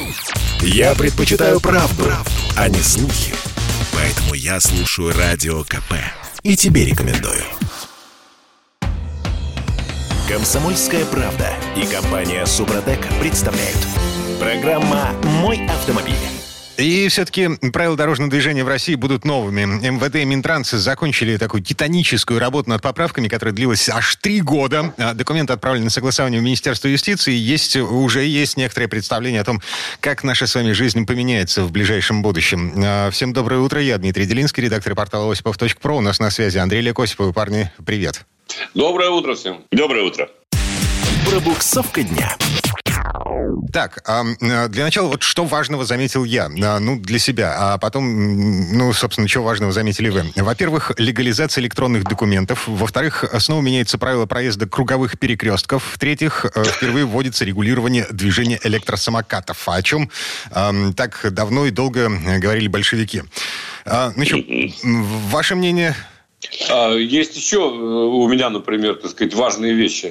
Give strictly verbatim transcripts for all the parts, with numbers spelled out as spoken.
Я предпочитаю правду, правду, а не слухи. Поэтому я слушаю Радио КП. И тебе рекомендую. «Комсомольская правда» и компания «Супротек» представляют. Программа «Мой автомобиль». И все-таки правила дорожного движения в России будут новыми. МВД и Минтранс закончили такую титаническую работу над поправками, которая длилась аж три года. Документы отправлены на согласование в Министерство юстиции. Есть, уже есть некоторые представления о том, как наша с вами жизнь поменяется в ближайшем будущем. Всем доброе утро. Я Дмитрий Делинский, редактор портала осипов точка про. У нас на связи Андрей Лекосипов. Парни, привет. Доброе утро всем. Доброе утро. Пробуксовка дня. Так, для начала, вот что важного заметил я, ну, для себя, а потом, ну, собственно, что важного заметили вы. Во-первых, легализация электронных документов. Во-вторых, снова меняется правило проезда круговых перекрестков. В-третьих, впервые вводится регулирование движения электросамокатов, о чем так давно и долго говорили большевики. Ну что, ваше мнение? Есть еще у меня, например, так сказать, важные вещи.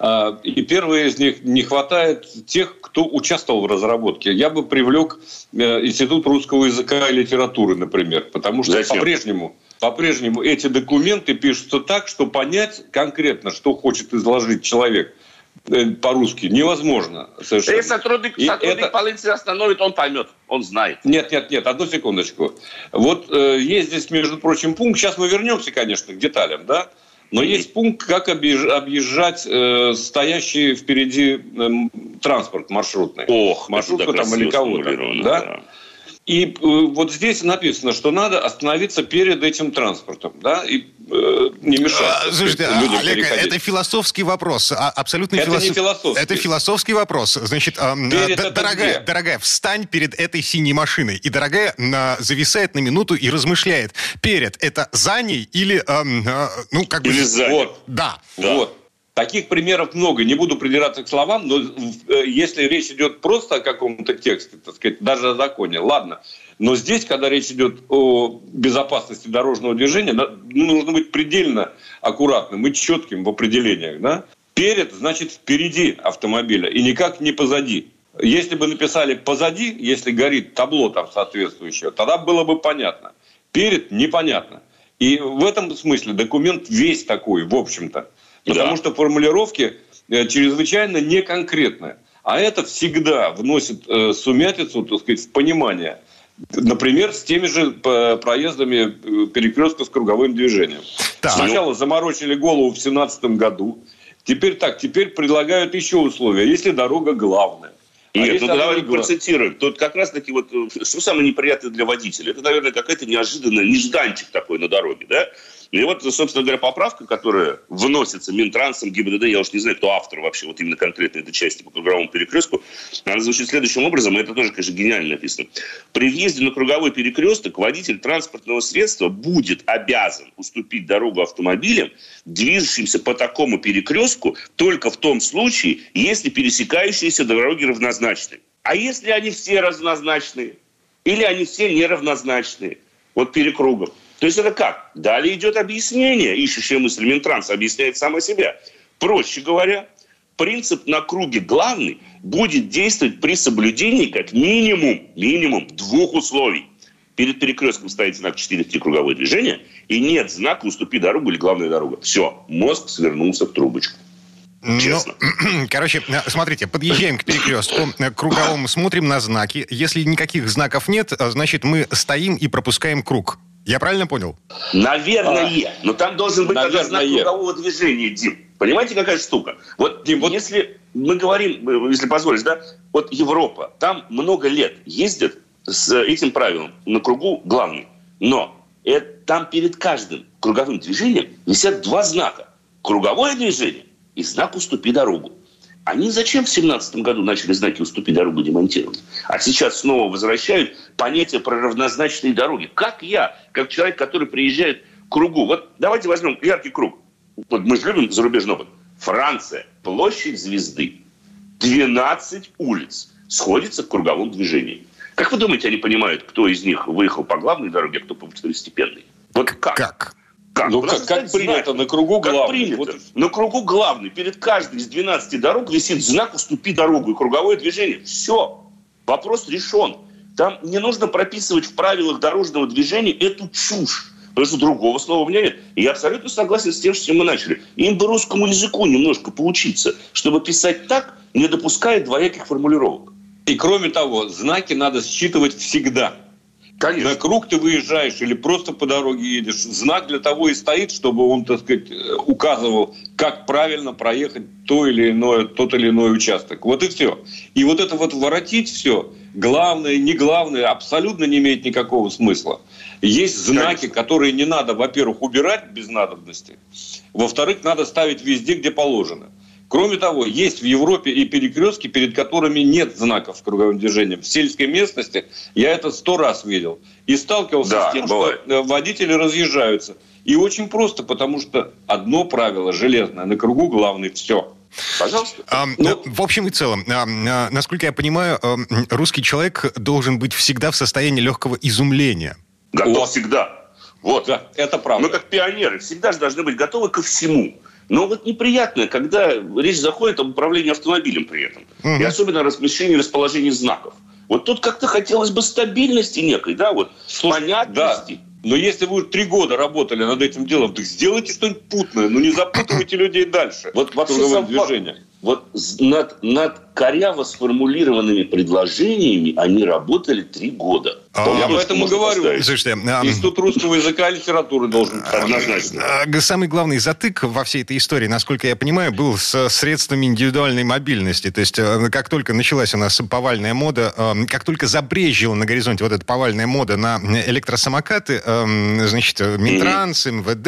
И первое из них: не хватает тех, кто участвовал в разработке. Я бы привлек Институт русского языка и литературы, например, потому что Зачем? по-прежнему, по-прежнему эти документы пишутся так, что понять конкретно, что хочет изложить человек по-русски, невозможно совершенно. Если сотрудник, сотрудник это... полиции остановит, он поймет, он знает. Нет, нет, нет, одну секундочку. Вот э, есть здесь, между прочим, пункт. Сейчас мы вернемся, конечно, к деталям, да? Но есть пункт, как объезжать э, стоящий впереди э, транспорт маршрутный. Ох, маршрутка там или кого-то. Да? Да. И э, вот здесь написано, что надо остановиться перед этим транспортом, да, и э, не мешать. А, слушайте, людям Олег, переходить. это философский вопрос. А, абсолютно это философ... не философский. Это философский вопрос. Значит, э, д- дорогая, дорогая, встань перед этой синей машиной. И дорогая э, зависает на минуту и размышляет. Перед это за ней или, э, э, ну, как бы... Или сзади. Вот. Да. да. Вот. Таких примеров много. Не буду придираться к словам, но если речь идет просто о каком-то тексте, так сказать, даже о законе, ладно. Но здесь, когда речь идет о безопасности дорожного движения, нужно быть предельно аккуратным и четким в определениях. Да? Перед, значит, впереди автомобиля и никак не позади. Если бы написали позади, если горит табло там соответствующее, тогда было бы понятно. Перед непонятно. И в этом смысле документ весь такой, в общем-то. Потому да. что формулировки чрезвычайно неконкретные. А это всегда вносит э, сумятицу, так сказать, в понимание. Например, с теми же проездами перекрестка с круговым движением. Да. Сначала заморочили голову в семнадцатом году. Теперь так, теперь предлагают еще условия. Если дорога главная. А Нет, ну давай процитируем. Тут как раз-таки вот, что самое неприятное для водителя? Это, наверное, какая-то неожиданная нежданчик такой на дороге, да? И вот, собственно говоря, поправка, которая вносится Минтрансом, ГИБДД, я уж не знаю, кто автор вообще, вот именно конкретно этой части по круговому перекрестку, она звучит следующим образом, и это тоже, конечно, гениально написано. При въезде на круговой перекресток водитель транспортного средства будет обязан уступить дорогу автомобилям, движущимся по такому перекрестку, только в том случае, если пересекающиеся дороги равнозначны. А если они все равнозначные? Или они все неравнозначные? Вот перекругом. То есть это как? Далее идет объяснение. Ищущая мысль Минтранс объясняет сама себя. Проще говоря, принцип на круге главный будет действовать при соблюдении как минимум, минимум двух условий. Перед перекрестком стоит знак четыре три круговое движение, и нет знака «Уступи дорогу» или «Главная дорога». Все, мозг свернулся в трубочку. Честно. Ну, короче, смотрите, подъезжаем к перекрестку, к круговому, смотрим на знаки. Если никаких знаков нет, значит, мы стоим и пропускаем круг. Я правильно понял? Наверное. А, но там должен быть наверное, знак кругового движения, Дим. Понимаете, какая штука? Вот, Дим, вот если мы говорим, если позволишь, да, вот Европа, там много лет ездят с этим правилом на кругу главный. Но это, там перед каждым круговым движением висят два знака. Круговое движение и знак «Уступи дорогу». Они зачем в семнадцатом году начали знаки «Уступи дорогу» демонтировать? А сейчас снова возвращают понятие про равнозначные дороги. Как я, как человек, который приезжает к кругу. Вот давайте возьмем яркий круг. Вот мы же любим зарубежный опыт. Франция. Площадь Звезды. двенадцать улиц сходятся в круговом движении. Как вы думаете, они понимают, кто из них выехал по главной дороге, а кто по второстепенной? Вот как? Как? Как, ну, как, как принято, знать, на кругу как главный. Принято. Вот. На кругу главный. Перед каждой из двенадцати дорог висит знак «Уступи дорогу» и круговое движение. Все. вопрос решен. Там не нужно прописывать в правилах дорожного движения эту чушь. Потому что другого слова у меня нет. И я абсолютно согласен с тем, с чем мы начали. Им бы русскому языку немножко поучиться, чтобы писать так, не допуская двояких формулировок. И кроме того, знаки надо считывать всегда. Конечно. На круг ты выезжаешь или просто по дороге едешь. Знак для того и стоит, чтобы он, так сказать, указывал, как правильно проехать то или иное, тот или иной участок. Вот и все. И вот это вот воротить все, главное, не главное, абсолютно не имеет никакого смысла. Есть знаки, Конечно. которые не надо, во-первых, убирать без надобности. Во-вторых, надо ставить везде, где положено. Кроме того, есть в Европе и перекрестки, перед которыми нет знаков с круговым движением. В сельской местности я это сто раз видел. И сталкивался да, с тем, бывает. что водители разъезжаются. И очень просто, потому что одно правило железное. На кругу главное все. Пожалуйста. А, ну, в общем и целом, а, а, насколько я понимаю, а, русский человек должен быть всегда в состоянии легкого изумления. Готов вот. всегда. Вот. Да, это правда. Мы как пионеры всегда же должны быть готовы ко всему. Но вот неприятно, когда речь заходит об управлении автомобилем при этом. Угу. И особенно о размещении и расположении знаков. Вот тут как-то хотелось бы стабильности некой, да, вот, Слушай, понятности. Да. Но если вы три года работали над этим делом, так сделайте что-нибудь путное. Ну не запутывайте людей дальше. Вот вообще сам движение. Вот над, над коряво сформулированными предложениями они работали три года. А, я поэтому говорю. Слушайте, а, Институт русского языка и литературы должен быть однозначно. А, самый главный затык во всей этой истории, насколько я понимаю, был с средствами индивидуальной мобильности. То есть, как только началась у нас повальная мода, как только забрезжила на горизонте вот эта повальная мода на электросамокаты, значит, Минтранс,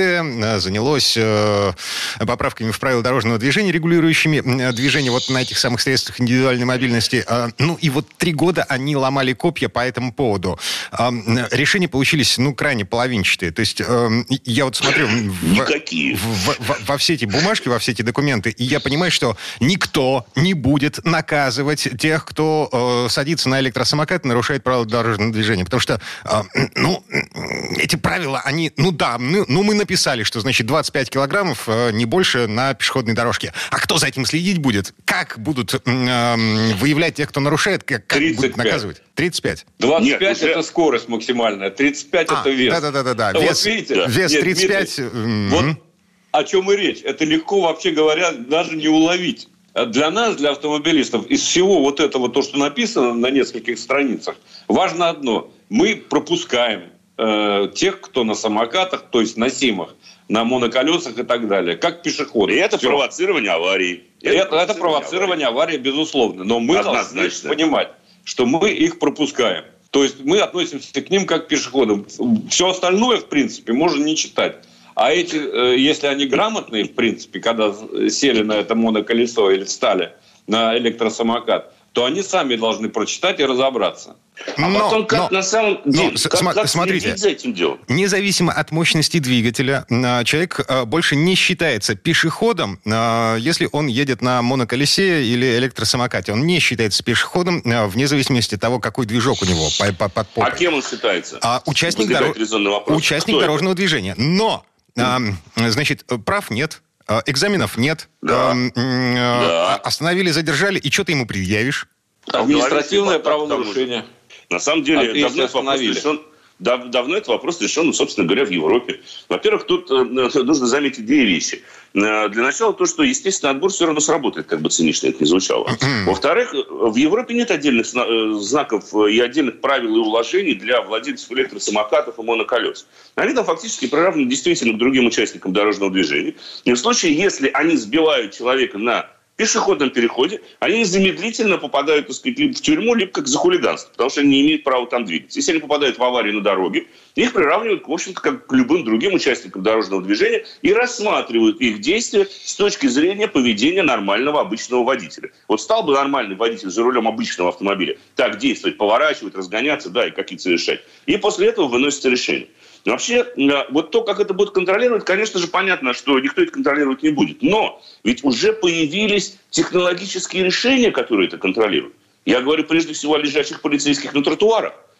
МВД занялось поправками в правила дорожного движения, регулирующими движение вот на этих самых средствах индивидуальной мобильности. Ну и вот три года они ломали копья по этому поводу. Решения получились, ну, крайне половинчатые. То есть я вот смотрю в, в, в, во все эти бумажки, во все эти документы, и я понимаю, что никто не будет наказывать тех, кто садится на электросамокат и нарушает правила дорожного движения. Потому что, ну, эти правила, они, ну да, ну, ну мы написали, что, значит, двадцать пять килограммов, не больше на пешеходной дорожке. А кто за этим следить будет? Как будут э, выявлять тех, кто нарушает? Как, как будут наказывать? тридцать пять. двадцать пять Нет, это уже... скорость максимальная, тридцать пять а, это вес. Да-да-да. Вот вес, видите? Вес Нет, тридцать пять. Дмитрий, вот о чем и речь. Это легко, вообще говоря, даже не уловить. Для нас, для автомобилистов, из всего вот этого, то, что написано на нескольких страницах, важно одно. Мы пропускаем э, тех, кто на самокатах, то есть на симах, на моноколесах и так далее, как пешеходы. И это Все. провоцирование аварий. Это, это, это провоцирование аварии, безусловно. Но мы Однозначно. должны понимать, что мы их пропускаем. То есть мы относимся к ним как к пешеходам. Все остальное, в принципе, можно не читать. А эти, если они грамотные, в принципе, когда сели на это моноколесо или встали на электросамокат, то они сами должны прочитать и разобраться. А но, потом как но, на самом деле, но, как, как смотрите, за этим делом? Независимо от мощности двигателя, человек больше не считается пешеходом, если он едет на моноколесе или электросамокате. Он не считается пешеходом вне зависимости от того, какой движок у него под попой. А кем он считается? А, участник доро... участник дорожного движения. Но, а, значит, прав нет. Экзаменов нет. Да. Э, э, да. Остановили, задержали. И что ты ему предъявишь? Административное правонарушение. На самом деле, давно этот вопрос решен. Дав, давно этот вопрос решен, ну, собственно говоря, в Европе. Во-первых, тут э, нужно заметить две вещи. Э, для начала то, что, естественно, отбор все равно сработает, как бы цинично это ни звучало. Во-вторых, в Европе нет отдельных знаков и отдельных правил и уложений для владельцев электросамокатов и моноколес. Они там фактически приравнены действительно к другим участникам дорожного движения. И в случае, если они сбивают человека на пешеходном переходе, они незамедлительно попадают, так сказать, либо в тюрьму, либо как за хулиганство, потому что они не имеют права там двигаться. Если они попадают в аварию на дороге, их приравнивают, в общем-то, как к любым другим участникам дорожного движения и рассматривают их действия с точки зрения поведения нормального обычного водителя. Вот стал бы нормальный водитель за рулем обычного автомобиля так действовать, поворачивать, разгоняться, да, и какие-то совершать. И после этого выносится решение. Но вообще, вот то, как это будет контролировать, конечно же, понятно, что никто это контролировать не будет. Но ведь уже появились технологические решения, которые это контролируют. Я говорю прежде всего о лежачих полицейских на тротуарах.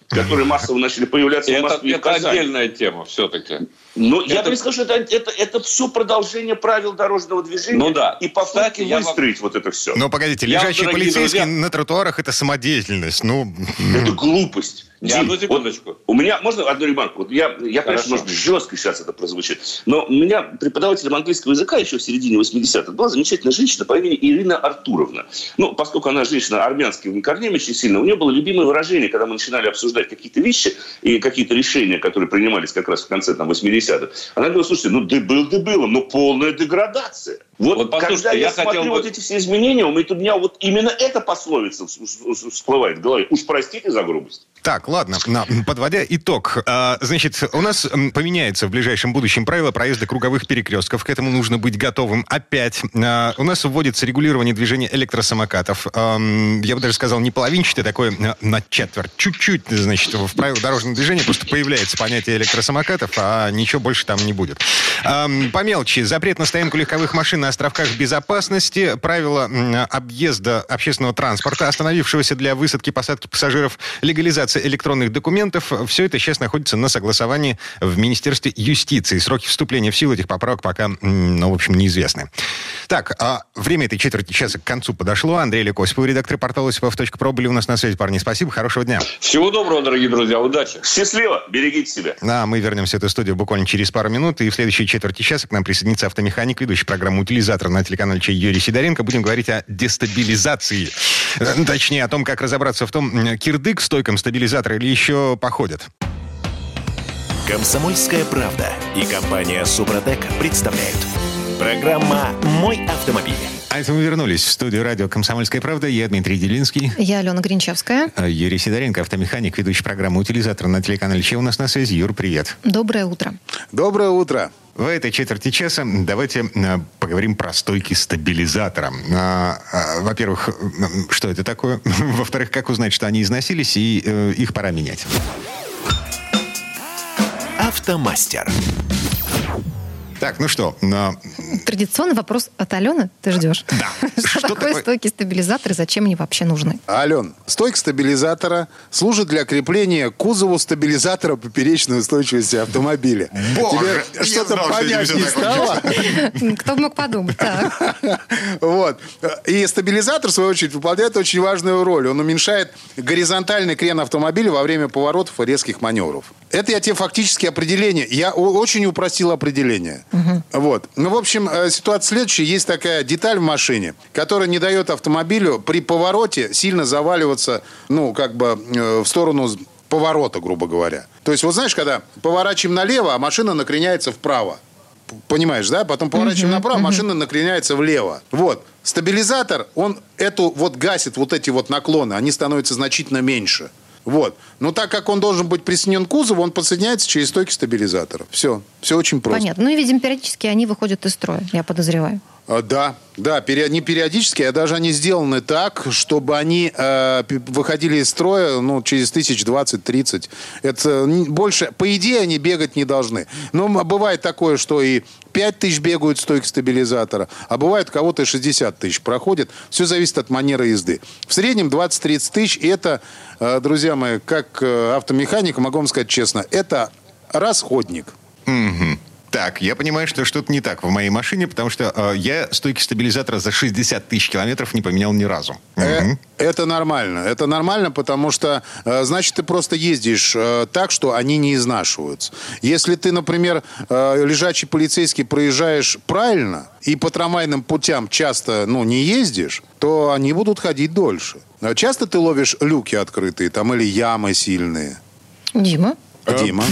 которые массово начали появляться это, в Москве и в Казани. Это отдельная тема все-таки. Но это... я это... бы скажу, что это, это, это все продолжение правил дорожного движения ну, да. и попытки выстроить вам... вот это все. Но погодите, лежачие я, полицейские друзья... на тротуарах – это самодеятельность. Ну... Это глупость. Дим, одну секундочку. Вот у меня, можно одну ремарку? Вот я, я конечно, может быть, жестко сейчас это прозвучит, но у меня преподавателем английского языка еще в середине восьмидесятых была замечательная женщина по имени Ирина Артуровна. Ну, поскольку она женщина армянских корней очень сильно, у нее было любимое выражение, когда мы начинали обсуждать какие-то вещи и какие-то решения, которые принимались как раз в конце там, восьмидесятых. Она говорила, слушайте, ну, да был, да было, но полная деградация. Вот, вот когда я, я смотрю бы... вот эти все изменения, у меня вот именно эта пословица всплывает в голове. Уж простите за грубость. Так, ладно, подводя итог. Значит, у нас поменяется в ближайшем будущем правило проезда круговых перекрестков. К этому нужно быть готовым. Опять у нас вводится регулирование движения электросамокатов. Я бы даже сказал, не половинчатое, такое на четверть. Чуть-чуть, значит, в правилах дорожного движения просто появляется понятие электросамокатов, а ничего больше там не будет. По мелочи. Запрет на стоянку легковых машин на островках безопасности. Правила объезда общественного транспорта, остановившегося для высадки-посадки пассажиров, легализация электронных документов. Все это сейчас находится на согласовании в Министерстве юстиции. Сроки вступления в силу этих поправок пока, ну, в общем, неизвестны. Так, а время этой четверти часа к концу подошло. Андрей Лекосипов, редактор портала осипов точка про, были у нас на связи, парни. Спасибо, хорошего дня. Всего доброго, дорогие друзья, удачи. Счастливо, берегите себя. А мы вернемся в эту студию буквально через пару минут. И в следующей четверти часа к нам присоединится автомеханик, ведущий программу «Утилизатор» на телеканале Че Юрий Сидоренко. Будем говорить о дестабилизации. Точнее, о том, как разобраться в том, кирдык стойком стабилизатора или еще походят. «Комсомольская правда» и компания «Супротек» представляют. Программа «Мой автомобиль». А это мы вернулись в студию радио «Комсомольская правда». Я Дмитрий Делинский. Я Алена Гринчевская. Юрий Сидоренко, автомеханик, ведущий программу «Утилизатор» на телеканале Че. У нас на связи. Юр, привет. Доброе утро. Доброе утро. В этой четверти часа давайте поговорим про стойки стабилизатора. Во-первых, что это такое? Во-вторых, как узнать, что они износились, и их пора менять. Автомастер. Так, ну что? Но... Традиционный вопрос от Алены ты ждешь. Да. Что такое стойки стабилизаторы, зачем они вообще нужны? Ален, стойка стабилизатора служит для крепления к кузову стабилизатора поперечной устойчивости автомобиля. Боже, тебе что-то понять не стало? Кто бы мог подумать, так. Вот. И стабилизатор, в свою очередь, выполняет очень важную роль. Он уменьшает горизонтальный крен автомобиля во время поворотов и резких маневров. Это я тебе фактически определение. Я очень упростил определение. Угу. Вот. Ну, в общем, ситуация следующая. Есть такая деталь в машине, которая не дает автомобилю при повороте сильно заваливаться, ну, как бы в сторону поворота, грубо говоря. То есть, вот знаешь, когда поворачиваем налево, а машина накреняется вправо. Понимаешь, да? Потом поворачиваем uh-huh, направо, uh-huh. машина накреняется влево. Вот. Стабилизатор, он эту вот гасит, вот эти вот наклоны, они становятся значительно меньше. Вот. Но так как он должен быть присоединен к кузову, он подсоединяется через стойки стабилизатора. Все. Все очень просто. Понятно. Ну и, видимо, периодически они выходят из строя, я подозреваю. А, да, да, не периодически, а даже они сделаны так, чтобы они э, выходили из строя, ну, через тысяч двадцать-тридцать. Это больше, по идее, они бегать не должны. Но бывает такое, что и пять тысяч бегают стойки стабилизатора, а бывает у кого-то и шестьдесят тысяч проходит. Все зависит от манеры езды. В среднем двадцать-тридцать тысяч, и это, э, друзья мои, как э, автомеханик, могу вам сказать честно, это расходник. Mm-hmm. Так, я понимаю, что что-то не так в моей машине, потому что э, я стойки стабилизатора за шестьдесят тысяч километров не поменял ни разу. Э, угу. Это нормально. Это нормально, потому что, э, значит, ты просто ездишь э, так, что они не изнашиваются. Если ты, например, э, лежачий полицейский проезжаешь правильно и по трамвайным путям часто, ну, не ездишь, то они будут ходить дольше. Часто ты ловишь люки открытые там или ямы сильные? Дима? Дима?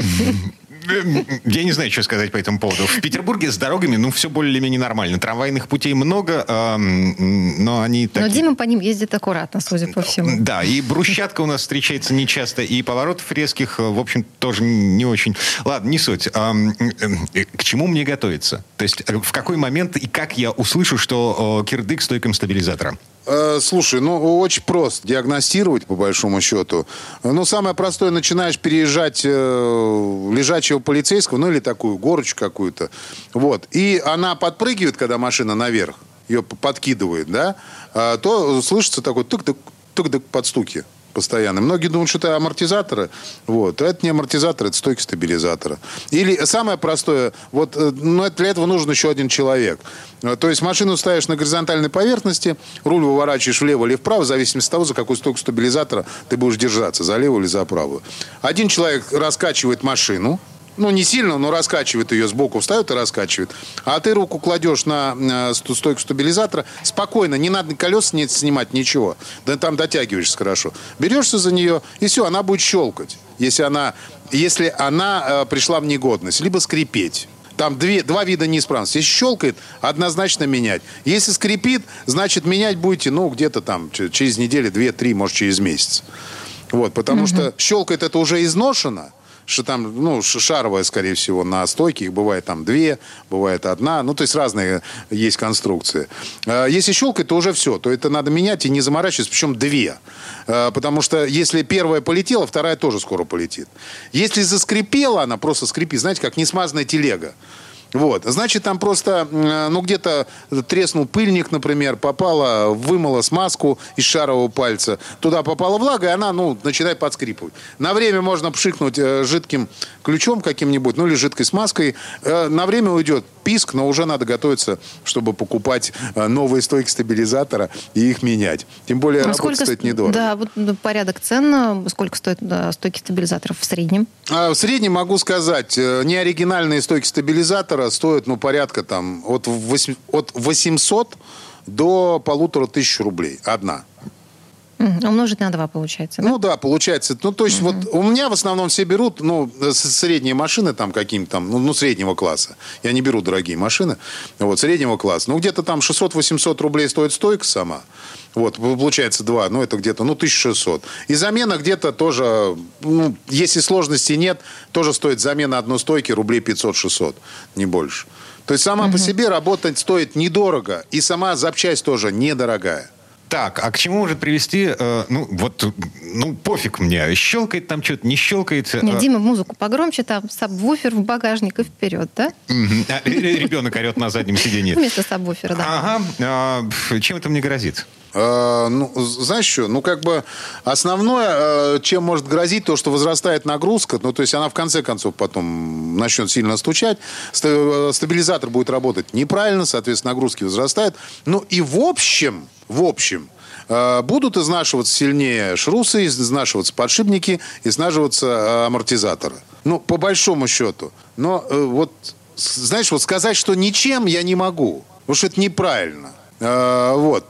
Я не знаю, что сказать по этому поводу. В Петербурге с дорогами, ну, все более-менее нормально. Трамвайных путей много, э, но они такие... Но Дима по ним ездит аккуратно, судя по всему. Да, и брусчатка у нас встречается нечасто, и поворотов резких, в общем, тоже не очень. Ладно, не суть. Э, э, к чему мне готовиться? То есть в какой момент и как я услышу, что э, кирдык стойком стабилизатора? Слушай, ну, очень просто диагностировать, по большому счету. Ну, самое простое, начинаешь переезжать э, лежачего полицейского, ну, или такую горочку какую-то. Вот. И она подпрыгивает, когда машина наверх, ее подкидывает, да, а, то слышится такой тык-тык, тык-тык под стуки. постоянно. Многие думают, что это амортизаторы. Вот. А это не амортизаторы, это стойки стабилизатора. Или самое простое, вот, ну, для этого нужен еще один человек. То есть машину ставишь на горизонтальной поверхности, руль выворачиваешь влево или вправо, в зависимости от того, за какую стойку стабилизатора ты будешь держаться, за левую или за правую. Один человек раскачивает машину, ну, не сильно, но раскачивает ее, сбоку встает и раскачивает. А ты руку кладешь на стойку стабилизатора, спокойно, не надо колес не снимать, ничего. Да там дотягиваешься хорошо. Берешься за нее, и все, она будет щелкать, если она, если она э, пришла в негодность, либо скрипеть. Там две, два вида неисправности. Если щелкает, однозначно менять. Если скрипит, значит, менять будете, ну, где-то там через неделю, две-три, может, через месяц. Вот, потому угу. что щелкает это уже изношено, что там, ну, шаровая, скорее всего, на стойке. Их бывает там две, бывает одна. Ну, то есть разные есть конструкции. Если щелкает, то уже все. То это надо менять и не заморачиваться. Причем две. Потому что если первая полетела, вторая тоже скоро полетит. Если заскрипела она, просто скрипит, знаете, как несмазанная телега. Вот. Значит, там просто, ну, где-то треснул пыльник, например, попала, вымыла смазку из шарового пальца, туда попала влага, и она, ну, начинает подскрипывать. На время можно пшикнуть жидким ключом каким-нибудь, ну, или жидкой смазкой. На время уйдет писк, но уже надо готовиться, чтобы покупать новые стойки стабилизатора и их менять. Тем более, а работа сколько стоит недорого. Да, вот порядок цен, сколько стоят да, стойки стабилизаторов в среднем? А в среднем могу сказать, неоригинальные стойки стабилизатора стоят, ну, порядка там от восьмисот до полутора тысяч рублей. Одна. Умножить на два, получается, да? Ну да, получается. Ну, то есть, угу. вот у меня в основном все берут, ну, средние машины там каким-то там, ну, ну, среднего класса. Я не беру дорогие машины. Вот, среднего класса. Ну, где-то там шестьсот-восемьсот рублей стоит стойка сама. Вот, получается два, ну, это где-то, ну, тысяча шестьсот. И замена где-то тоже, ну, если сложности нет, тоже стоит замена одной стойки рублей пятьсот-шестьсот, не больше. То есть, сама угу. по себе работать стоит недорого, и сама запчасть тоже недорогая. Так, а к чему может привести, э, ну, вот, ну, пофиг мне, щелкает там что-то, не щелкает. Э... Нет, Дима, музыку погромче, там сабвуфер в багажник и вперед, да? Ребенок орет на заднем сиденье. Вместо сабвуфера, да. Ага. Чем это мне грозит? Uh, ну, знаешь что, ну, как бы основное, uh, чем может грозить, то, что возрастает нагрузка, ну, то есть она в конце концов потом начнет сильно стучать, стабилизатор будет работать неправильно, соответственно, нагрузки возрастают. Ну, и в общем, в общем, uh, будут изнашиваться сильнее шрусы, изнашиваться подшипники, изнашиваться uh, амортизаторы. Ну, по большому счету. Но uh, вот, знаешь, вот сказать, что ничем я не могу, потому что это неправильно. Вот.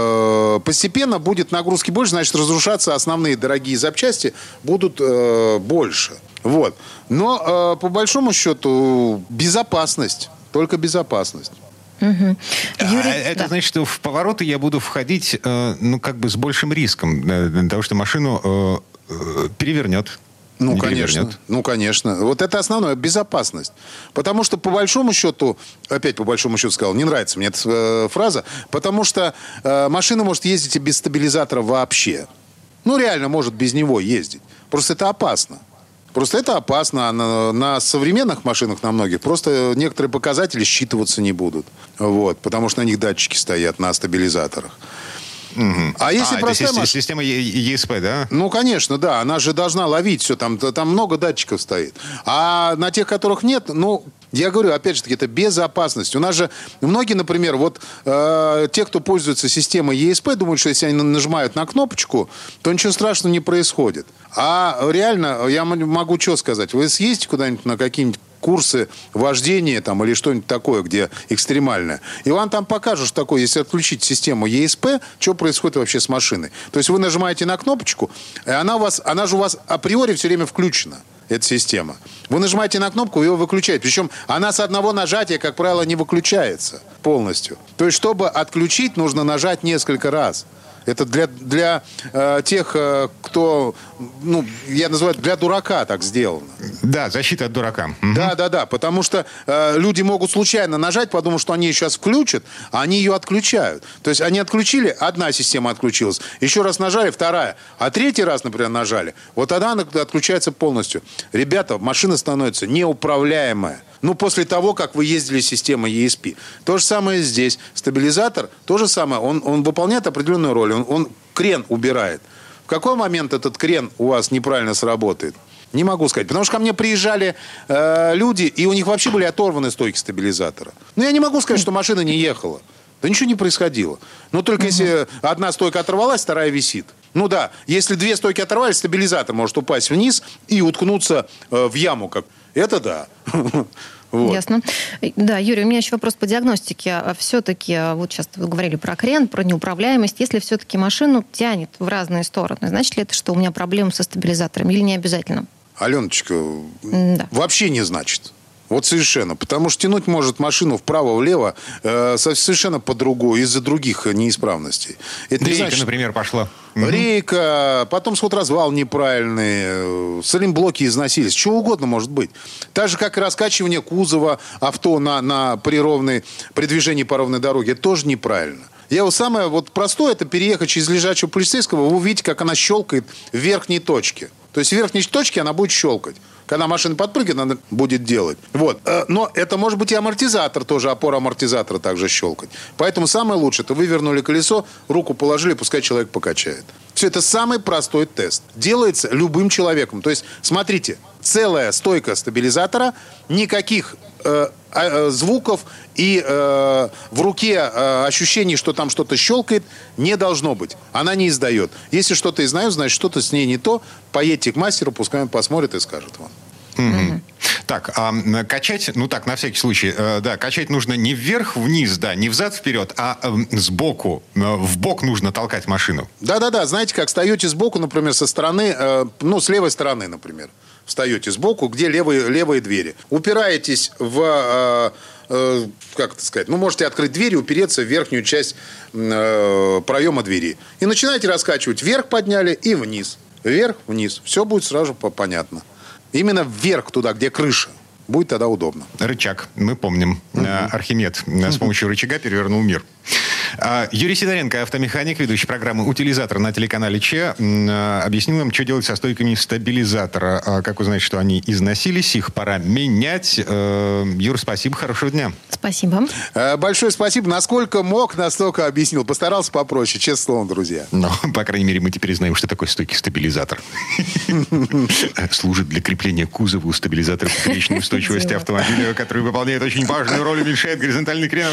Постепенно будет нагрузки больше, значит, разрушаться основные дорогие запчасти будут больше. Вот. Но, по большому счету, безопасность. Только безопасность. Угу. Юрий, а, это да. значит, что в повороты я буду входить, ну, как бы с большим риском, для того, что машину перевернет. Ну, не конечно. перевернет. Ну, конечно. Вот это основное, безопасность. Потому что, по большому счету, опять по большому счету сказал, не нравится мне эта э, фраза, потому что э, машина может ездить и без стабилизатора вообще. Ну, реально может без него ездить. Просто это опасно. Просто это опасно. На, на современных машинах, на многих, просто некоторые показатели считываться не будут. Вот, потому что на них датчики стоят на стабилизаторах. Угу. А если а, простая это маш... система и эс пи, да? Ну, конечно, да. Она же должна ловить все. Там, там много датчиков стоит. А на тех, которых нет, ну, я говорю, опять же таки, это безопасность. У нас же многие, например, вот э, те, кто пользуется системой и эс пи, думают, что если они нажимают на кнопочку, то ничего страшного не происходит. А реально, я могу что сказать? Вы съездите куда-нибудь на какие-нибудь курсы вождения там, или что-нибудь такое, где экстремальное. И вам там покажут, что такое, если отключить систему и эс пи, что происходит вообще с машиной. То есть вы нажимаете на кнопочку, и она, у вас, она же у вас априори все время включена, эта система. Вы нажимаете на кнопку, ее выключаете. Причем она с одного нажатия, как правило, не выключается полностью. То есть, чтобы отключить, нужно нажать несколько раз. Это для, для э, тех, э, кто, ну, я называю, для дурака так сделано. Да, защита от дурака. Угу. Да, да, да, потому что э, люди могут случайно нажать, подумав, что они ее сейчас включат, а они ее отключают. То есть они отключили, одна система отключилась, еще раз нажали, вторая, а третий раз, например, нажали, вот тогда она отключается полностью. Ребята, машина становится неуправляемая. Ну, после того, как вы ездили с системой и эс пи. То же самое здесь. Стабилизатор, то же самое. Он, он выполняет определенную роль. Он, он крен убирает. В какой момент этот крен у вас неправильно сработает? Не могу сказать. Потому что ко мне приезжали э, люди, и у них вообще были оторваны стойки стабилизатора. Но я не могу сказать, что машина не ехала. Да ничего не происходило. Но только угу. если одна стойка оторвалась, вторая висит. Ну да, если две стойки оторвались, стабилизатор может упасть вниз и уткнуться э, в яму. Как... Это да. Вот. Ясно. Да, Юрий, у меня еще вопрос по диагностике. Все-таки, вот сейчас вы говорили про крен, про неуправляемость. Если все-таки машину тянет в разные стороны, значит ли это, что у меня проблемы со стабилизатором или не обязательно? Аленочка, да. вообще не значит. Вот совершенно. Потому что тянуть может машину вправо-влево э, совершенно по-другому, из-за других неисправностей. Это Рейка, значит, например, пошла. Рейка, потом сход-развал неправильный, салимблоки износились. Чего угодно может быть. Так же, как и раскачивание кузова авто на, на при, ровной, при движении по ровной дороге. Это тоже неправильно. Я вот самое вот простое, это переехать через лежачего полицейского, вы увидите, как она щелкает в верхней точке. То есть в верхней точке она будет щелкать. Когда машина подпрыгивает, она будет делать. Вот. Но это может быть и амортизатор тоже, опора амортизатора также щелкать. Поэтому самое лучшее, это вывернули колесо, руку положили, пускай человек покачает. Все это самый простой тест. Делается любым человеком. То есть, смотрите, целая стойка стабилизатора, никаких э, э, звуков и э, в руке э, ощущений, что там что-то щелкает, не должно быть. Она не издает. Если что-то издает, значит, что-то с ней не то. Поедьте к мастеру, пускай он посмотрит и скажет вам. Mm-hmm. Так, а, качать, ну так, на всякий случай, э, да, качать нужно не вверх-вниз, да, не взад-вперед, а э, сбоку, э, в бок нужно толкать машину. Да-да-да, знаете, как встаете сбоку, например, со стороны, э, ну, с левой стороны, например. Встаете сбоку, где левые, левые двери. Упираетесь в, э, э, как это сказать, ну, можете открыть дверь и упереться в верхнюю часть э, проема двери. И начинаете раскачивать. Вверх подняли и вниз. Вверх, вниз. Все будет сразу по-понятно. Именно вверх туда, где крыша. Будет тогда удобно. Рычаг. Мы помним. Uh-huh. Архимед uh-huh. с помощью рычага перевернул мир. Юрий Сидоренко, автомеханик, ведущий программы «Утилизатор» на телеканале Че, объяснил нам, что делать со стойками стабилизатора. Как узнать, что они износились, их пора менять. Юр, спасибо, хорошего дня. Спасибо. Большое спасибо. Насколько мог, настолько объяснил. Постарался попроще, честное слово, друзья. Но, по крайней мере, мы теперь знаем, что такое стойкий стабилизатор. Служит для крепления кузова у стабилизатора поперечной устойчивости автомобиля, который выполняет очень важную роль, уменьшает горизонтальный крен.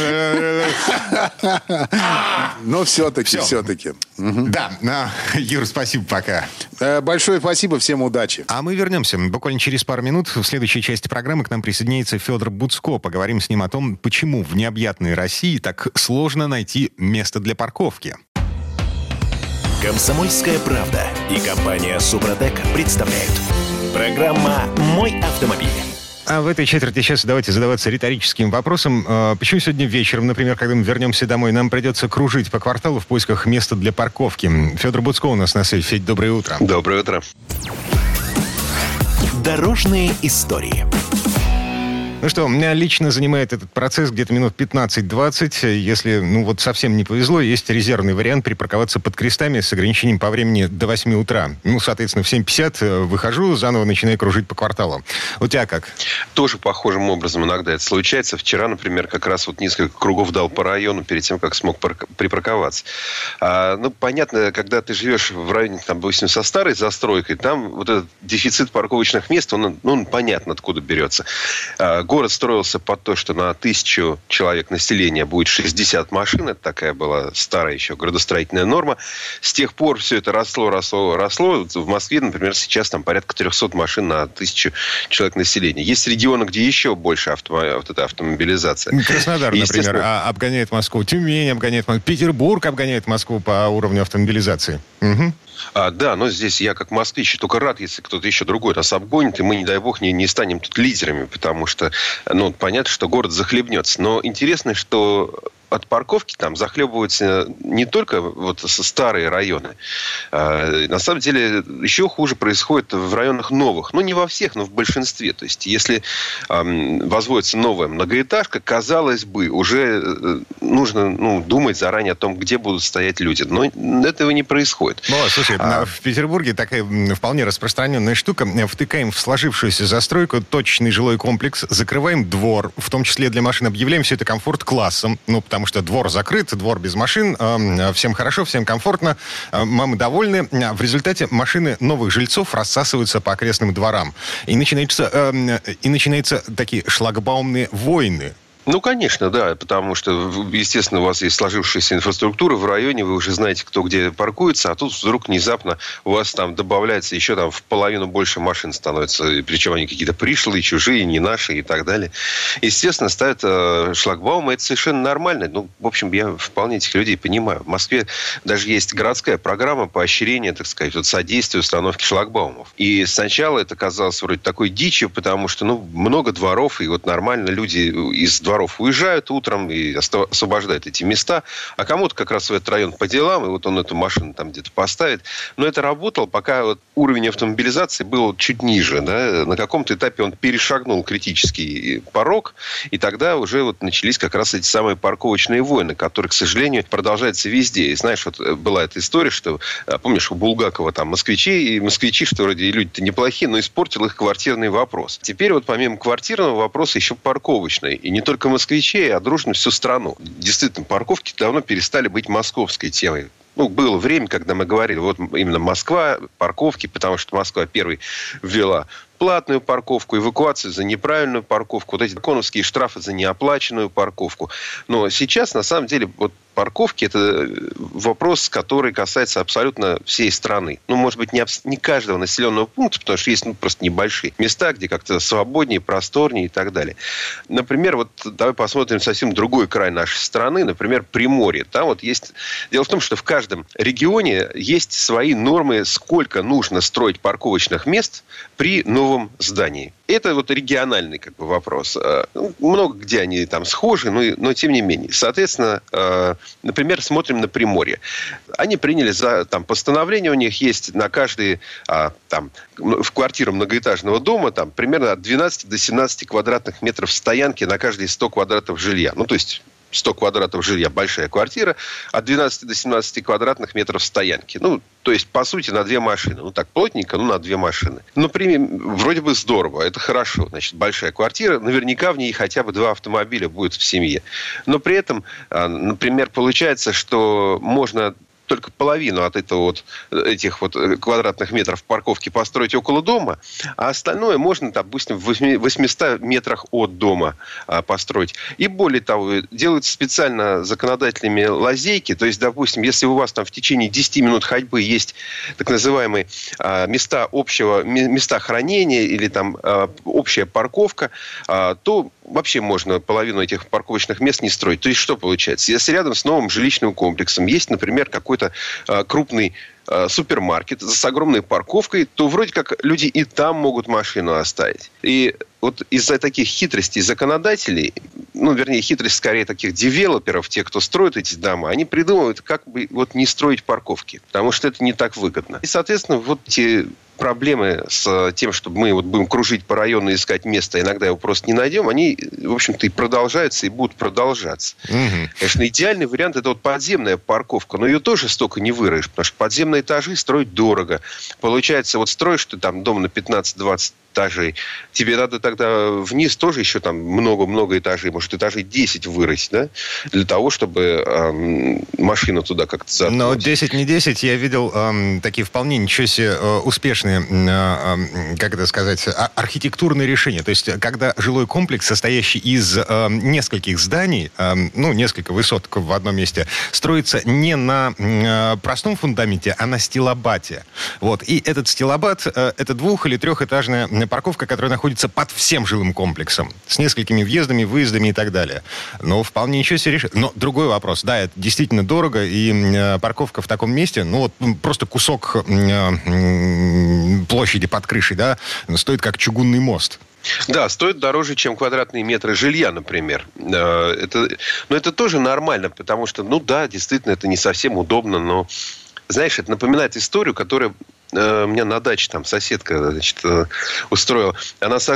Но все-таки, Все. все-таки. Угу. Да, Юр, спасибо, пока. Большое спасибо, всем удачи. А мы вернемся буквально через пару минут. В следующей части программы к нам присоединится Федор Буцко. Поговорим с ним о том, почему в необъятной России так сложно найти место для парковки. «Комсомольская правда» и компания «Супротек» представляют. Программа «Мой автомобиль». А в этой четверти часа давайте задаваться риторическим вопросом. Почему сегодня вечером, например, когда мы вернемся домой, нам придется кружить по кварталу в поисках места для парковки? Федор Буцко у нас на связи. Федь, доброе утро. Доброе утро. Дорожные истории. Ну что, меня лично занимает этот процесс где-то минут пятнадцать-двадцать. Если, ну вот совсем не повезло, есть резервный вариант припарковаться под крестами с ограничением по времени до восьми утра. Ну, соответственно, в семь пятьдесят выхожу, заново начинаю кружить по кварталу. У тебя как? Тоже похожим образом иногда это случается. Вчера, например, как раз вот несколько кругов дал по району перед тем, как смог парк- припарковаться. А, ну, понятно, когда ты живешь в районе, там, допустим, со старой застройкой, там вот этот дефицит парковочных мест, он, ну, он понятно, откуда берется. А, город строился под то, что на тысячу человек населения будет шестьдесят машин. Это такая была старая еще градостроительная норма. С тех пор все это росло, росло, росло. В Москве, например, сейчас там порядка триста машин на тысячу человек населения. Есть регионы, где еще больше авто, вот эта автомобилизация. Краснодар, например, обгоняет Москву. Тюмень обгоняет Москву. Петербург обгоняет Москву по уровню автомобилизации. Угу. А, да, но здесь я как москвич только рад, если кто-то еще другой нас обгонит, и мы, не дай бог, не, не станем тут лидерами, потому что, ну, понятно, что город захлебнется. Но интересно, что от парковки там захлебываются не только вот старые районы. А, на самом деле, еще хуже происходит в районах новых. Ну, не во всех, но в большинстве. То есть, если эм, возводится новая многоэтажка, казалось бы, уже э, нужно ну, думать заранее о том, где будут стоять люди. Но этого не происходит. Ну, слушай, а... в Петербурге такая вполне распространенная штука. Втыкаем в сложившуюся застройку точечный жилой комплекс, закрываем двор, в том числе для машин, объявляем все это комфорт-классом. Ну, потому что двор закрыт, двор без машин, всем хорошо, всем комфортно, мамы довольны. В результате машины новых жильцов рассасываются по окрестным дворам. И начинаются, и начинаются такие шлагбаумные войны. Ну, конечно, да, потому что, естественно, у вас есть сложившаяся инфраструктура в районе, вы уже знаете, кто где паркуется, а тут вдруг внезапно у вас там добавляется еще там в половину больше машин становится, причем они какие-то пришлые, чужие, не наши и так далее. Естественно, ставят э, шлагбаумы, это совершенно нормально. Ну, в общем, я вполне этих людей понимаю. В Москве даже есть городская программа поощрения, так сказать, вот содействия установки шлагбаумов. И сначала это казалось вроде такой дичью, потому что, ну, много дворов, и вот нормально люди из дворов уезжают утром и освобождают эти места, а кому-то как раз в этот район по делам, и вот он эту машину там где-то поставит. Но это работало, пока вот уровень автомобилизации был чуть ниже. Да? На каком-то этапе он перешагнул критический порог, и тогда уже вот начались как раз эти самые парковочные войны, которые, к сожалению, продолжаются везде. И знаешь, вот была эта история, что, помнишь, у Булгакова там москвичи, и москвичи, что вроде люди-то неплохие, но испортил их квартирный вопрос. Теперь вот помимо квартирного вопроса еще парковочный. И не только москвичей, а дружно всю страну. Действительно, парковки давно перестали быть московской темой. Ну, было время, когда мы говорили, вот именно Москва, парковки, потому что Москва первой ввела платную парковку, эвакуацию за неправильную парковку, вот эти законовские штрафы за неоплаченную парковку. Но сейчас, на самом деле, вот парковки – это вопрос, который касается абсолютно всей страны. Ну, может быть, не, не каждого населенного пункта, потому что есть ну, просто небольшие места, где как-то свободнее, просторнее и так далее. Например, вот давай посмотрим совсем другой край нашей страны, например, Приморье. Там вот есть... Дело в том, что в каждом регионе есть свои нормы, сколько нужно строить парковочных мест при новом здании. Это вот региональный как бы вопрос. Много где они там схожи, но, но тем не менее. Соответственно, например, смотрим на Приморье. Они приняли за там, постановление, у них есть на каждый там, в квартиру многоэтажного дома там, примерно от двенадцати до семнадцати квадратных метров стоянки на каждые сто квадратов жилья. Ну, то есть сто квадратов жилья, большая квартира, от двенадцати до семнадцати квадратных метров стоянки. Ну, то есть, по сути, на две машины. Ну, так, плотненько, ну, на две машины. Ну, примем, вроде бы здорово, это хорошо. Значит, большая квартира, наверняка в ней хотя бы два автомобиля будет в семье. Но при этом, например, получается, что можно только половину от этого вот, этих вот квадратных метров парковки построить около дома, а остальное можно, допустим, в восьмистах метрах от дома а, построить. И более того, делают специально законодателями лазейки, то есть, допустим, если у вас там в течение десяти минут ходьбы есть так называемые а, места общего, места хранения или там а, общая парковка, а, то вообще можно половину этих парковочных мест не строить. То есть, что получается? Если рядом с новым жилищным комплексом есть, например, какой-то а, крупный а, супермаркет с огромной парковкой, то вроде как люди и там могут машину оставить. И вот из-за таких хитростей законодателей, ну, вернее, хитрость скорее таких девелоперов, тех, кто строит эти дома, они придумывают, как бы вот не строить парковки, потому что это не так выгодно. И, соответственно, вот эти проблемы с тем, чтобы мы вот будем кружить по району и искать место, иногда его просто не найдем, они, в общем-то, и продолжаются, и будут продолжаться. Угу. Конечно, идеальный вариант – это вот подземная парковка, но ее тоже столько не выроешь, потому что подземные этажи строить дорого. Получается, вот строишь ты там дом на пятнадцать-двадцать этажей, тебе надо тогда вниз тоже еще там много-много этажей, может, этажей десять вырыть, да, для того, чтобы эм, машину туда как-то заткнуть. Но десять не десять, я видел эм, такие вполне ничего себе э, успешные, э, э, как это сказать, а- архитектурные решения. То есть, когда жилой комплекс, состоящий из э, нескольких зданий, э, ну, несколько высоток в одном месте, строится не на э, простом фундаменте, а на стилобате. Вот. И этот стилобат э, — это двух- или трехэтажная парковка, которая находится под всем жилым комплексом, с несколькими въездами, выездами и так далее. Но вполне ничего себе решит. Но другой вопрос. Да, это действительно дорого, и э, парковка в таком месте, ну вот просто кусок э, площади под крышей, да, стоит как чугунный мост. Да, стоит дороже, чем квадратные метры жилья, например. Это, но это тоже нормально, потому что, ну да, действительно, это не совсем удобно, но, знаешь, это напоминает историю, которая у меня на даче там соседка, значит, устроила. Она сажала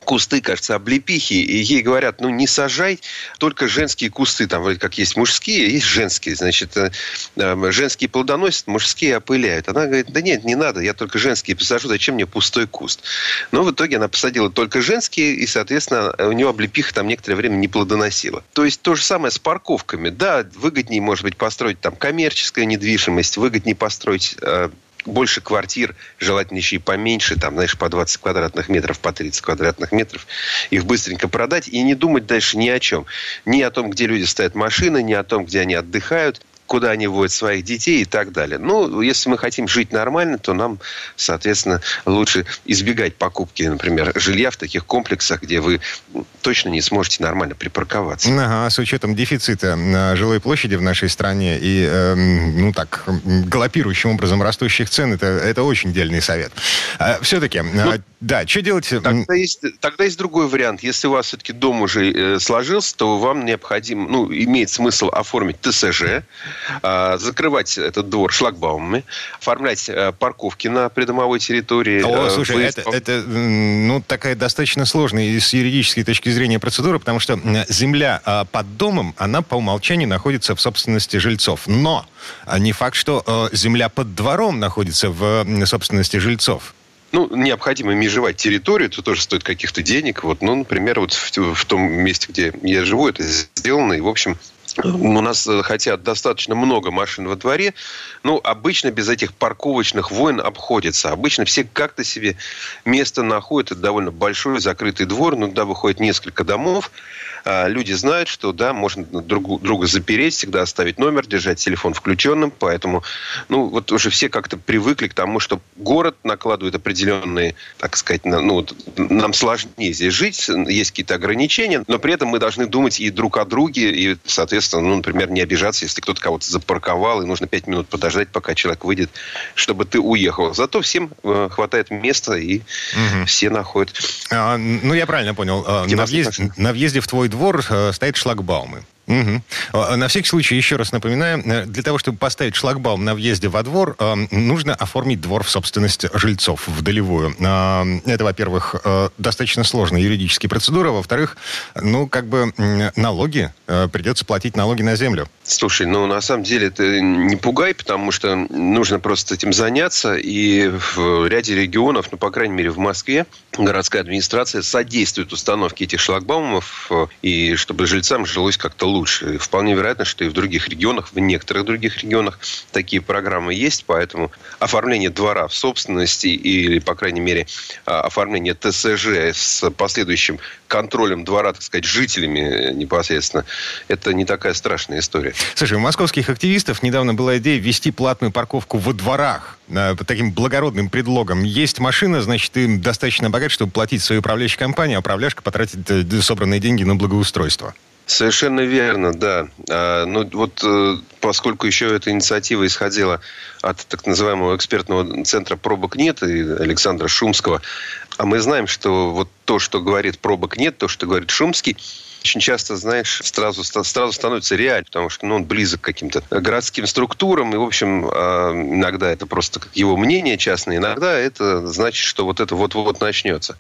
кусты, кажется, облепихи, и ей говорят, ну, не сажай только женские кусты. Там вроде как есть мужские, есть женские. Значит, женские плодоносят, мужские опыляют. Она говорит, да нет, не надо, я только женские посажу, зачем мне пустой куст? Но в итоге она посадила только женские, и, соответственно, у нее облепиха там некоторое время не плодоносила. То есть то же самое с парковками. Да, выгоднее, может быть, построить там коммерческую недвижимость, выгоднее построить больше квартир, желательно еще и поменьше, там, знаешь, по двадцать квадратных метров, по тридцать квадратных метров, их быстренько продать и не думать дальше ни о чем. Ни о том, где люди ставят машины, ни о том, где они отдыхают, куда они водят своих детей и так далее. Ну, если мы хотим жить нормально, то нам, соответственно, лучше избегать покупки, например, жилья в таких комплексах, где вы точно не сможете нормально припарковаться. Ага, с учетом дефицита жилой площади в нашей стране и, э, ну так, галопирующим образом растущих цен, это, это очень дельный совет. А, все-таки, ну, а, да, что делать? Тогда есть, тогда есть другой вариант. Если у вас все-таки дом уже э, сложился, то вам необходимо, ну, имеет смысл оформить ТСЖ, закрывать этот двор шлагбаумами, оформлять парковки на придомовой территории. О, слушай, это, это ну, такая достаточно сложная и с юридической точки зрения процедура, потому что земля под домом, она по умолчанию находится в собственности жильцов. Но не факт, что земля под двором находится в собственности жильцов. Ну, необходимо межевать территорию, это тоже стоит каких-то денег. Вот, ну, например, вот в, в том месте, где я живу, это сделано, и, в общем, у нас хотят достаточно много машин во дворе. Ну, обычно без этих парковочных войн обходится. Обычно все как-то себе место находят. Это довольно большой закрытый двор, но туда выходит несколько домов. Люди знают, что, да, можно друг друга запереть, всегда оставить номер, держать телефон включенным. Поэтому, ну, вот уже все как-то привыкли к тому, что город накладывает определенные, так сказать, ну, вот, нам сложнее здесь жить, есть какие-то ограничения, но при этом мы должны думать и друг о друге, и, соответственно, ну, например, не обижаться, если кто-то кого-то запарковал, и нужно пять минут подождать, пока человек выйдет, чтобы ты уехал. Зато всем э, хватает места, и угу. все находят. А, ну, я правильно понял. На въезде, на въезде в твой двор э, стоят шлагбаумы. Угу. На всякий случай, еще раз напоминаю, для того, чтобы поставить шлагбаум на въезде во двор, э, нужно оформить двор в собственность жильцов, в долевую. Э, это, во-первых, э, достаточно сложная юридическая процедура. Во-вторых, ну, как бы налоги, э, придется платить налоги на землю. Слушай, ну, на самом деле, это не пугай, потому что нужно просто этим заняться. И в ряде регионов, ну, по крайней мере, в Москве, городская администрация содействует установке этих шлагбаумов, и чтобы жильцам жилось как-то лучше. Лучше. Вполне вероятно, что и в других регионах, в некоторых других регионах такие программы есть, поэтому оформление двора в собственности или, по крайней мере, оформление ТСЖ с последующим контролем двора, так сказать, жителями непосредственно, это не такая страшная история. Слушай, у московских активистов недавно была идея ввести платную парковку во дворах под таким благородным предлогом. Есть машина, значит, ты достаточно богат, чтобы платить свою управляющую компанию, а управляшка потратит собранные деньги на благоустройство. Совершенно верно, да. А, ну, вот поскольку еще эта инициатива исходила от так называемого экспертного центра «Пробок нет» и Александра Шумского, а мы знаем, что вот то, что говорит «Пробок нет», то, что говорит Шумский, очень часто, знаешь, сразу, сразу становится реальным, потому что ну, он близок к каким-то городским структурам, и, в общем, иногда это просто его мнение частное, иногда это значит, что вот это вот-вот начнется.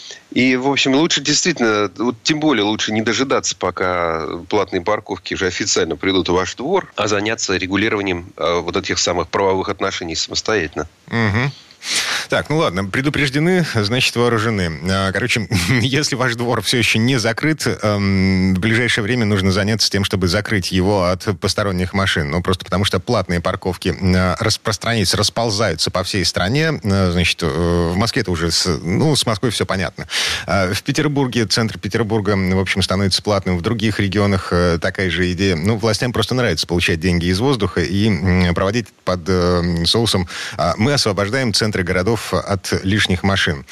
И, в общем, лучше действительно, вот тем более лучше не дожидаться, пока платные парковки уже официально придут в ваш двор, а заняться регулированием э, вот этих самых правовых отношений самостоятельно. Угу. Так, ну ладно, предупреждены, значит вооружены. Короче, если ваш двор все еще не закрыт, в ближайшее время нужно заняться тем, чтобы закрыть его от посторонних машин. Ну, просто потому что платные парковки распространяются, расползаются по всей стране. Значит, в Москве это уже, с, ну, с Москвой все понятно. В Петербурге, центр Петербурга, в общем, становится платным. В других регионах такая же идея. Ну, властям просто нравится получать деньги из воздуха и проводить под соусом «мы освобождаем центры городов от лишних машин».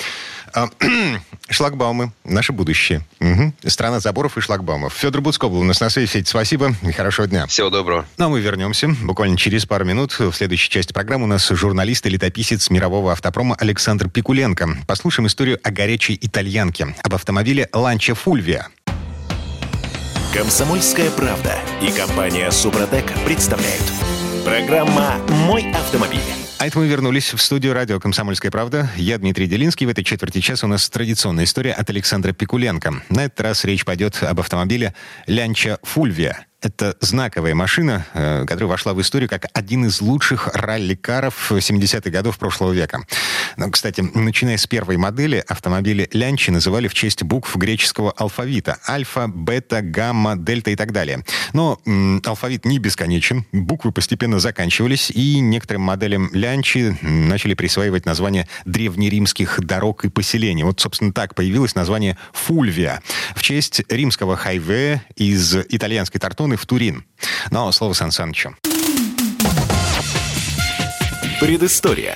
Шлагбаумы. Наше будущее. Угу. Страна заборов и шлагбаумов. Федор Буцко был у нас на связи. Федь, спасибо и хорошего дня. Всего доброго. Ну, а мы вернемся буквально через пару минут. В следующей части программы у нас журналист и летописец мирового автопрома Александр Пикуленко. Послушаем историю о горячей итальянке, об автомобиле Lancia Fulvia. «Комсомольская правда» и компания «Супротек» представляют. Программа «Мой автомобиль». А это мы вернулись в студию радио «Комсомольская правда». Я Дмитрий Делинский. В этой четверти часа у нас традиционная история от Александра Пикуленко. На этот раз речь пойдет об автомобиле Lancia Fulvia. Это знаковая машина, которая вошла в историю как один из лучших ралли-каров семидесятых годов прошлого века. Но, кстати, начиная с первой модели, автомобили Lancia называли в честь букв греческого алфавита. Альфа, бета, гамма, дельта и так далее. Но м, алфавит не бесконечен. Буквы постепенно заканчивались, и некоторым моделям Lancia начали присваивать название древнеримских дорог и поселений. Вот, собственно, так появилось название Fulvia в честь римского хайвея из итальянской Тартоны в Турин. Но слово Сан Санычу. Предыстория.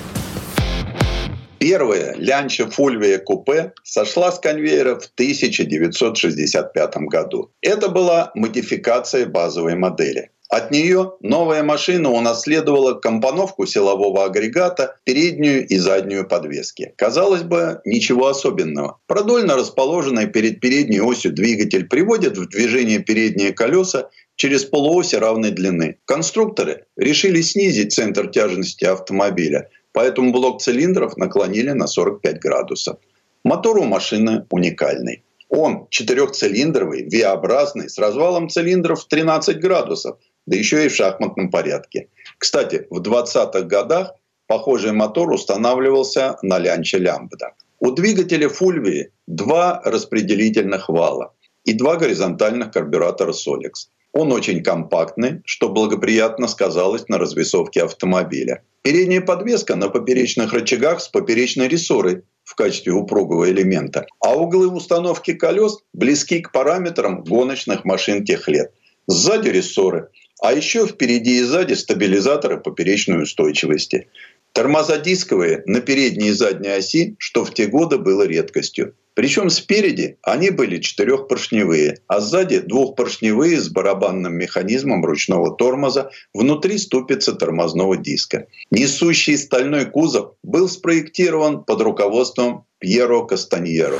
Первая Lancia Fulvia купе сошла с конвейера в тысяча девятьсот шестьдесят пятом году. Это была модификация базовой модели. От нее новая машина унаследовала компоновку силового агрегата, переднюю и заднюю подвески. Казалось бы, ничего особенного. Продольно расположенный перед передней осью двигатель приводит в движение передние колеса через полуоси равной длины. Конструкторы решили снизить центр тяжести автомобиля, поэтому блок цилиндров наклонили на сорок пять градусов. Мотор у машины уникальный. Он четырехцилиндровый, V-образный, с развалом цилиндров в тринадцать градусов, да еще и в шахматном порядке. Кстати, в двадцатых годах похожий мотор устанавливался на Lancia Lambda. У двигателя Fulvia два распределительных вала и два горизонтальных карбюратора Solex. Он очень компактный, что благоприятно сказалось на развесовке автомобиля. Передняя подвеска на поперечных рычагах с поперечной рессорой в качестве упругого элемента, а углы установки колес близки к параметрам гоночных машин тех лет. Сзади рессоры, а еще впереди и сзади стабилизаторы поперечной устойчивости. Тормоза дисковые на передней и задней оси, что в те годы было редкостью. Причем спереди они были четырехпоршневые, а сзади двухпоршневые с барабанным механизмом ручного тормоза, внутри ступицы тормозного диска. Несущий стальной кузов был спроектирован под руководством Пьеро Кастаньеро.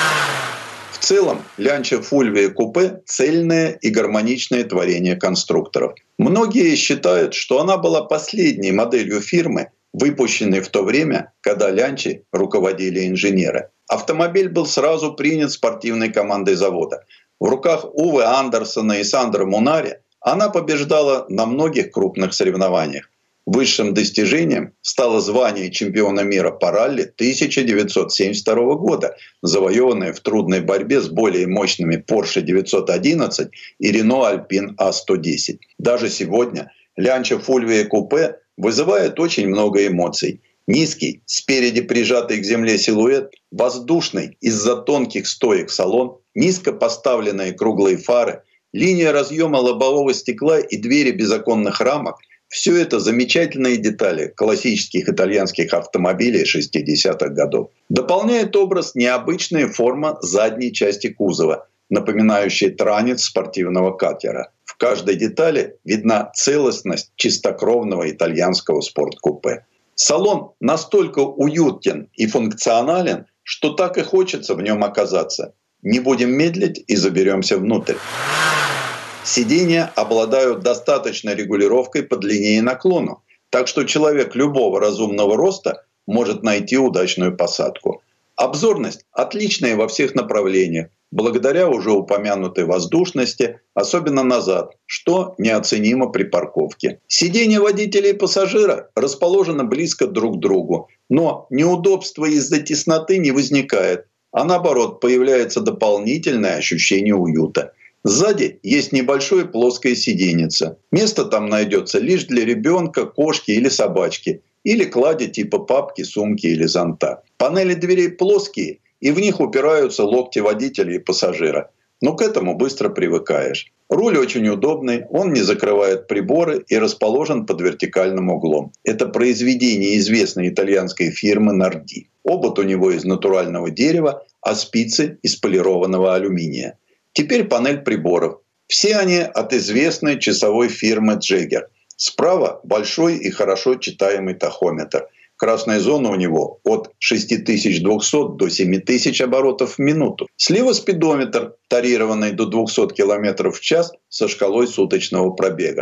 В целом, Lancia Fulvia купе – цельное и гармоничное творение конструкторов. Многие считают, что она была последней моделью фирмы, выпущенной в то время, когда Lancia руководили инженеры. Автомобиль был сразу принят спортивной командой завода. В руках Уве Андерсона и Сандро Мунари она побеждала на многих крупных соревнованиях. Высшим достижением стало звание чемпиона мира по ралли тысяча девятьсот семьдесят второго года, завоеванное в трудной борьбе с более мощными Porsche девятьсот одиннадцать и Renault Alpine А сто десять. Даже сегодня Lancia Fulvia купе вызывает очень много эмоций. Низкий, спереди прижатый к земле силуэт, воздушный из-за тонких стоек салон, низко поставленные круглые фары, линия разъема лобового стекла и двери без оконных рамок – все это замечательные детали классических итальянских автомобилей шестидесятых годов. Дополняет образ необычная форма задней части кузова, напоминающая транец спортивного катера. В каждой детали видна целостность чистокровного итальянского спорткупе. Салон настолько уютен и функционален, что так и хочется в нем оказаться. Не будем медлить и заберемся внутрь. Сиденья обладают достаточной регулировкой по длине и наклону, так что человек любого разумного роста может найти удачную посадку. Обзорность отличная во всех направлениях, благодаря уже упомянутой воздушности, особенно назад, что неоценимо при парковке. Сиденья водителя и пассажира расположены близко друг к другу, но неудобства из-за тесноты не возникает, а наоборот появляется дополнительное ощущение уюта. Сзади есть небольшое плоское сиденьице. Место там найдется лишь для ребенка, кошки или собачки, или клади типа папки, сумки или зонта. Панели дверей плоские, и в них упираются локти водителя и пассажира. Но к этому быстро привыкаешь. Руль очень удобный, он не закрывает приборы и расположен под вертикальным углом. Это произведение известной итальянской фирмы Нарди. Обод у него из натурального дерева, а спицы из полированного алюминия. Теперь панель приборов. Все они от известной часовой фирмы Джеггер. Справа большой и хорошо читаемый тахометр. Красная зона у него от шесть тысяч двухсот до семь тысяч оборотов в минуту. Слева спидометр, тарированный до двухсот километров в час со шкалой суточного пробега. В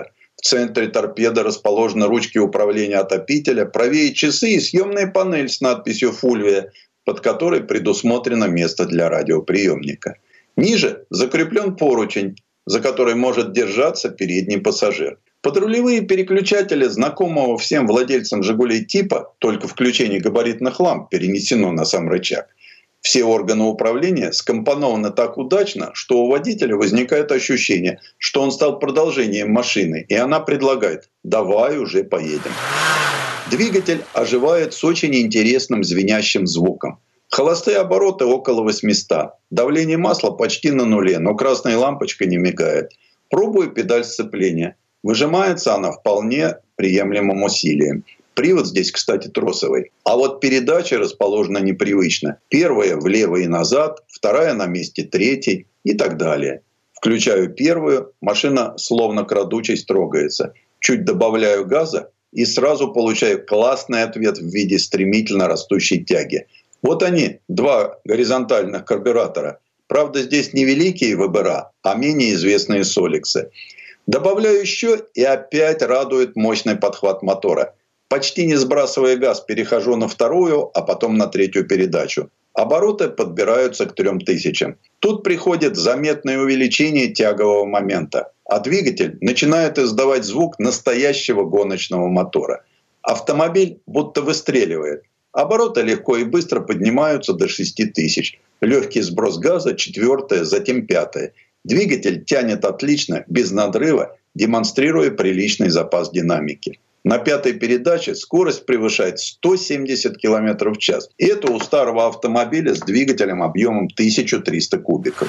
В центре торпеды расположены ручки управления отопителя, правее часы и съемная панель с надписью «Фульвия», под которой предусмотрено место для радиоприемника. Ниже закреплен поручень, за который может держаться передний пассажир. Подрулевые переключатели знакомого всем владельцам «Жигулей» типа, только включение габаритных ламп перенесено на сам рычаг. Все органы управления скомпонованы так удачно, что у водителя возникает ощущение, что он стал продолжением машины, и она предлагает «давай уже поедем». Двигатель оживает с очень интересным звенящим звуком. Холостые обороты около восьмисот. Давление масла почти на нуле, но красная лампочка не мигает. Пробую педаль сцепления. Выжимается она вполне приемлемым усилием. Привод здесь, кстати, тросовый. А вот передача расположена непривычно. Первая влево и назад, вторая на месте третьей и так далее. Включаю первую, машина словно крадучись трогается. Чуть добавляю газа и сразу получаю классный ответ в виде стремительно растущей тяги. Вот они, два горизонтальных карбюратора. Правда, здесь не великие ВБР, а менее известные Соликсы. Добавляю еще, и опять радует мощный подхват мотора. Почти не сбрасывая газ, перехожу на вторую, а потом на третью передачу. Обороты подбираются к трем тысячам. Тут приходит заметное увеличение тягового момента, а двигатель начинает издавать звук настоящего гоночного мотора. Автомобиль будто выстреливает. Обороты легко и быстро поднимаются до шести тысяч. Легкий сброс газа, четвертое, затем пятое. Двигатель тянет отлично, без надрыва, демонстрируя приличный запас динамики. На пятой передаче скорость превышает сто семьдесят километров в час. И это у старого автомобиля с двигателем объемом тысяча триста кубиков.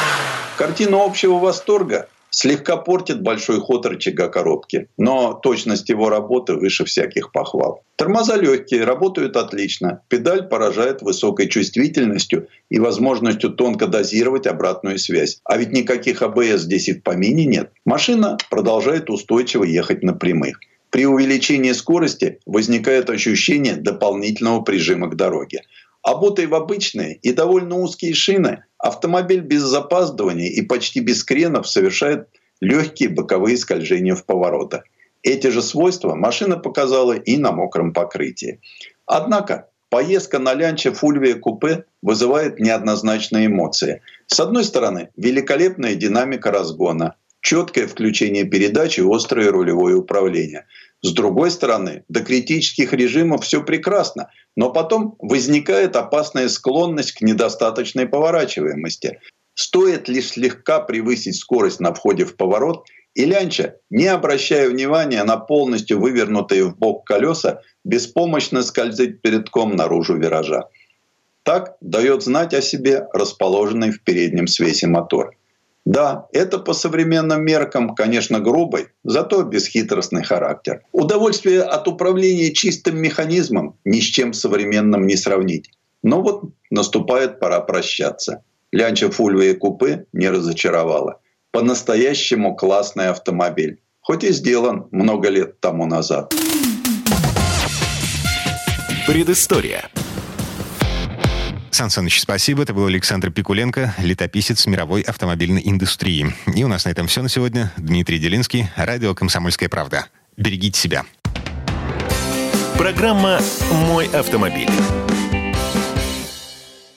Картину общего восторга слегка портит большой ход рычага коробки. Но точность его работы выше всяких похвал. Тормоза легкие, работают отлично. Педаль поражает высокой чувствительностью и возможностью тонко дозировать обратную связь. А ведь никаких а бэ эс здесь и в помине нет. Машина продолжает устойчиво ехать на прямых. При увеличении скорости возникает ощущение дополнительного прижима к дороге. Обутый в обычные и довольно узкие шины, автомобиль без запаздывания и почти без кренов совершает легкие боковые скольжения в поворотах. Эти же свойства машина показала и на мокром покрытии. Однако поездка на Лянче Фульвия купе вызывает неоднозначные эмоции. С одной стороны, великолепная динамика разгона, четкое включение передач и острое рулевое управление. С другой стороны, до критических режимов все прекрасно, но потом возникает опасная склонность к недостаточной поворачиваемости. Стоит лишь слегка превысить скорость на входе в поворот, и Лянча, не обращая внимания на полностью вывернутые в бок колеса, беспомощно скользит передком наружу виража. Так дает знать о себе расположенный в переднем свесе мотор. Да, это по современным меркам, конечно, грубый, зато бесхитростный характер. Удовольствие от управления чистым механизмом ни с чем современным не сравнить. Но вот наступает пора прощаться. Лянча Фульвия купе не разочаровала. По-настоящему классный автомобиль. Хоть и сделан много лет тому назад. Предыстория. Сан Саныч, спасибо. Это был Александр Пикуленко, летописец мировой автомобильной индустрии. И у нас на этом все на сегодня. Дмитрий Делинский, радио «Комсомольская правда». Берегите себя. Программа «Мой автомобиль».